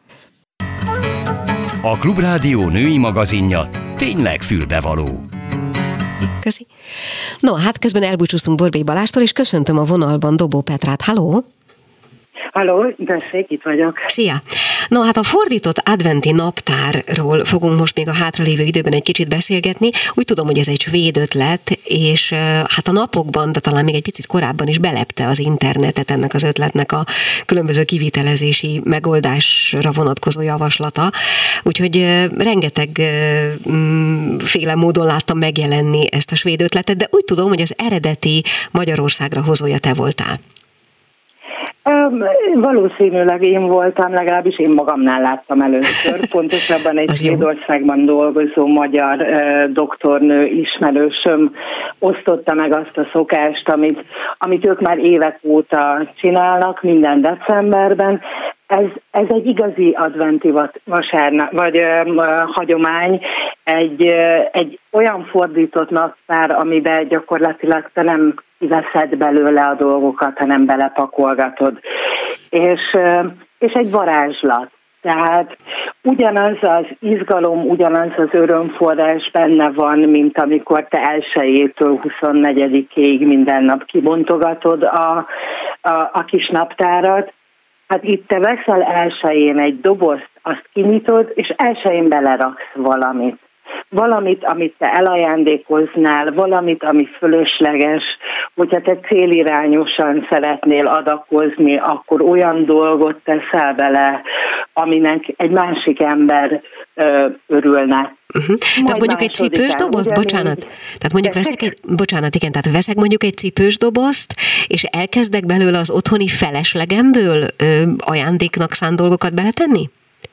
A Klubrádió női magazinja tényleg fülbevaló. Köszi. No, hát közben elbúcsúztunk Borbély Balástól, és köszöntöm a vonalban Dobó Petrát. Halló! Halló, tessék, itt vagyok. Szia! No, hát a fordított adventi naptárról fogunk most még a hátralévő időben egy kicsit beszélgetni. Úgy tudom, hogy ez egy svéd ötlet, és hát a napokban, de talán még egy picit korábban is belepte az internetet ennek az ötletnek a különböző kivitelezési megoldásra vonatkozó javaslata. Úgyhogy rengeteg féle módon láttam megjelenni ezt a svéd ötletet, de úgy tudom, hogy az eredeti Magyarországra hozója te voltál. Um, valószínűleg én voltam, legalábbis én magamnál láttam először. Pontosabban egy Svédországban dolgozó magyar uh, doktornő ismerősöm osztotta meg azt a szokást, amit, amit ők már évek óta csinálnak, minden decemberben. Ez, ez egy igazi adventi vasárnap, vagy uh, hagyomány, egy, uh, egy olyan fordított naptár, amiben gyakorlatilag te nem kiveszed belőle a dolgokat, hanem belepakolgatod. És, uh, és egy varázslat. Tehát ugyanaz az izgalom, ugyanaz az örömforrás benne van, mint amikor te elsejétől huszonnegyedikéig minden nap kibontogatod a, a, a kis naptárat, Hát itt te veszel elsőjén egy dobozt, azt kinyitod, és elsőjén beleraksz valamit. Valamit, amit te elajándékoznál, valamit, ami fölösleges, hogyha te célirányosan szeretnél adakozni, akkor olyan dolgot teszel bele, aminek egy másik ember ö, örülne. Uh-huh. Tehát mondjuk egy cipős dobozt, bocsánat, tehát mondjuk veszek egy, bocsánat, igen, tehát veszek mondjuk egy cipős dobozt, és elkezdek belőle az otthoni feleslegemből ö, ajándéknak szánt dolgokat beletenni?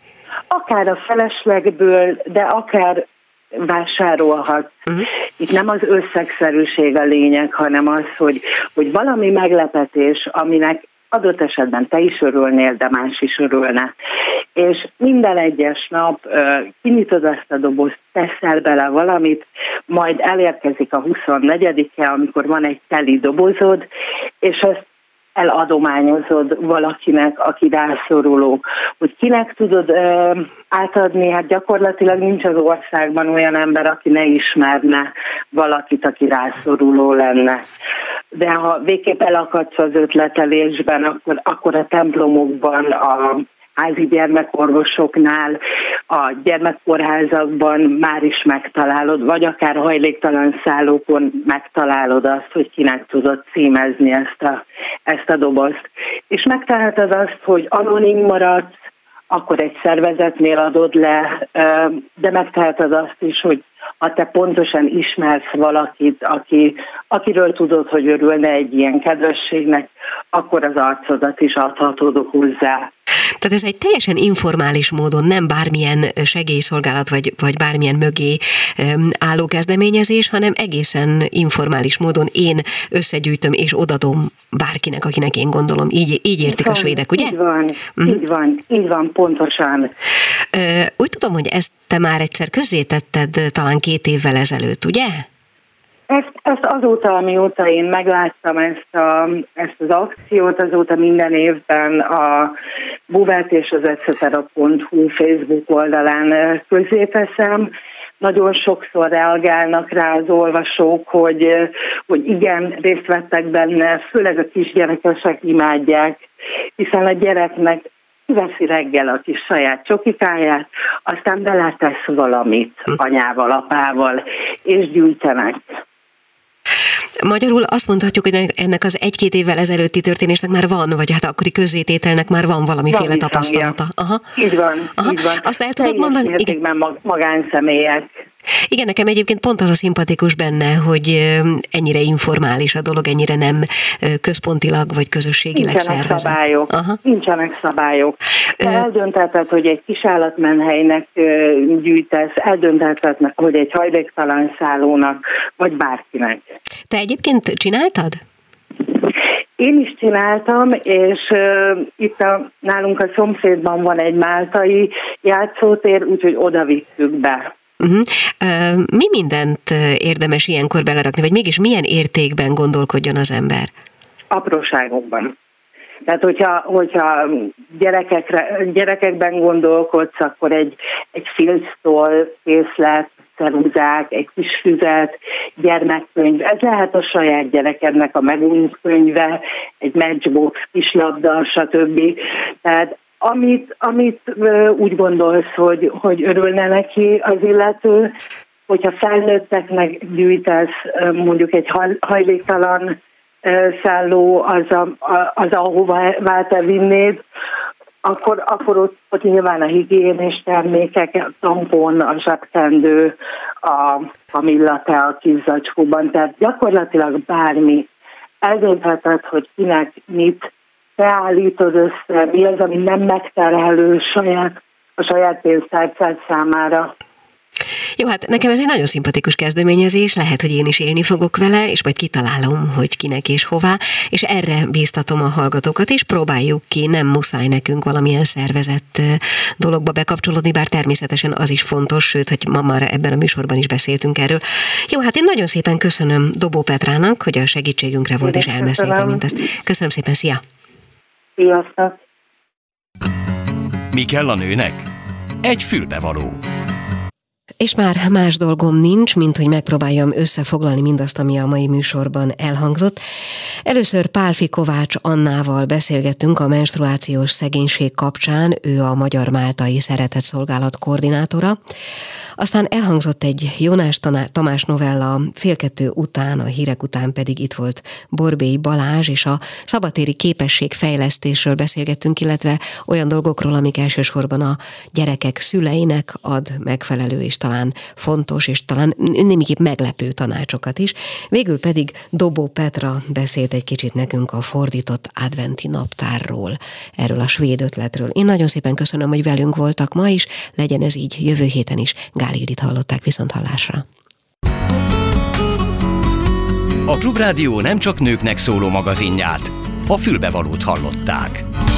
Akár a feleslegből, de akár vásárolhat. Uh-huh. Itt nem az összegszerűség a lényeg, hanem az, hogy, hogy valami meglepetés, aminek adott esetben te is örülnél, de más is örülne. És minden egyes nap uh, kinyitod ezt a dobozt, teszel bele valamit, majd elérkezik a huszonnegyedike, amikor van egy teli dobozod, és ezt eladományozod valakinek, aki rászoruló. Hogy kinek tudod ö, átadni, hát gyakorlatilag nincs az országban olyan ember, aki ne ismerne valakit, aki rászoruló lenne. De ha végképp elakadsz az ötletelésben, akkor, akkor a templomokban, a házi gyermekorvosoknál, a gyermekkórházakban már is megtalálod, vagy akár hajléktalan szállókon megtalálod azt, hogy kinek tudod címezni ezt a, ezt a dobozt. És megtaláltad azt, hogy anonim maradsz, akkor egy szervezetnél adod le, de megtaláltad azt is, hogy ha te pontosan ismersz valakit, aki, akiről tudod, hogy örülne egy ilyen kedvességnek, akkor az arcodat is adhatod hozzá. Tehát ez egy teljesen informális módon, nem bármilyen segélyszolgálat, vagy, vagy bármilyen mögé álló kezdeményezés, hanem egészen informális módon én összegyűjtöm és odadom bárkinek, akinek én gondolom. Így, így értik a svédek, ugye? Így van, mm. így van, így van, pontosan. Úgy tudom, hogy ezt te már egyszer közzétetted talán két évvel ezelőtt, ugye? Ezt, ezt azóta, amióta én megláttam ezt, a, ezt az akciót, azóta minden évben a Buvát és az et cetera pont hu Facebook oldalán közzéteszem. Nagyon sokszor reagálnak rá az olvasók, hogy, hogy igen, részt vettek benne, főleg a kisgyerekesek imádják, hiszen a gyereknek veszi reggel a kis saját csokikáját, aztán beletesz valamit anyával, apával, és gyűjtenek. Magyarul azt mondhatjuk, hogy ennek az egy-két évvel ezelőtti történésnek már van, vagy hát akkori közzétételnek már van valamiféle van tapasztalata. Aha. Így van, Aha. így van. Azt el tudod mondani? Igen. Magánszemélyek. Igen, nekem egyébként pont az a szimpatikus benne, hogy ennyire informális a dolog, ennyire nem központilag vagy közösségileg Nincsenek szervezett. Szabályok. Aha. Nincsenek szabályok. Te eldöntheted, hogy egy kis állatmenhelynek gyűjtesz, eldöntheted, hogy egy hajléktalan szállónak, vagy bárkinek. Te egyébként csináltad? Én is csináltam, és uh, itt a, nálunk a szomszédban van egy máltai játszótér, úgyhogy oda vittük be. Uh-huh. Uh, mi mindent érdemes ilyenkor belerakni, vagy mégis milyen értékben gondolkodjon az ember? Apróságokban. Tehát, hogyha, hogyha gyerekekre, gyerekekben gondolkodsz, akkor egy, egy filctól készlet, ceruzák, egy kis füzet, gyermekkönyv. Ez lehet a saját gyerekednek a megújult könyve, egy matchbox, kislabda, stb. Tehát amit, amit úgy gondolsz, hogy, hogy örülne neki az illető, hogyha felnőtteknek gyűjtesz mondjuk egy hajléktalan szálló, az, a, az ahova te vinnéd, akkor, akkor ott, ott nyilván a higiénés termékek, a tampon, a zsebkendő, a kamillate a kis zacskóban, tehát gyakorlatilag bármi. Eldöntheted, hogy kinek mit, te állítod össze, mi az, ami nem megterhelő saját, a saját pénztárcád számára. Jó, hát nekem ez egy nagyon szimpatikus kezdeményezés, lehet, hogy én is élni fogok vele, és majd kitalálom, hogy kinek és hová, és erre bíztatom a hallgatókat, és próbáljuk ki, nem muszáj nekünk valamilyen szervezett dologba bekapcsolódni, bár természetesen az is fontos, sőt, hogy ma már ebben a műsorban is beszéltünk erről. Jó, hát én nagyon szépen köszönöm Dobó Petrának, hogy a segítségünkre volt, és elmesélte mindezt. Köszönöm szépen, szia! Sziasztok! Mi kell a nőnek? Egy fülbevaló. És már más dolgom nincs, mint hogy megpróbáljam összefoglalni mindazt, ami a mai műsorban elhangzott. Először Pálffy Kovács Annával beszélgettünk a menstruációs szegénység kapcsán, ő a Magyar Máltai Szeretetszolgálat koordinátora. Aztán elhangzott egy Jónás Tamás novella, fél kettő után, a hírek után pedig itt volt Borbély Balázs, és a szabadtéri képességfejlesztésről beszélgettünk, illetve olyan dolgokról, amik elsősorban a gyerekek szüleinek ad megfelelő és talán fontos, és talán némiképp meglepő tanácsokat is. Végül pedig Dobó Petra beszélt egy kicsit nekünk a fordított adventi naptárról, erről a svéd ötletről. Én nagyon szépen köszönöm, hogy velünk voltak ma is, legyen ez így jövő héten is. Gál Ildit hallották, viszont hallásra. A Klubrádió nem csak nőknek szóló magazinját, a fülbevalót hallották.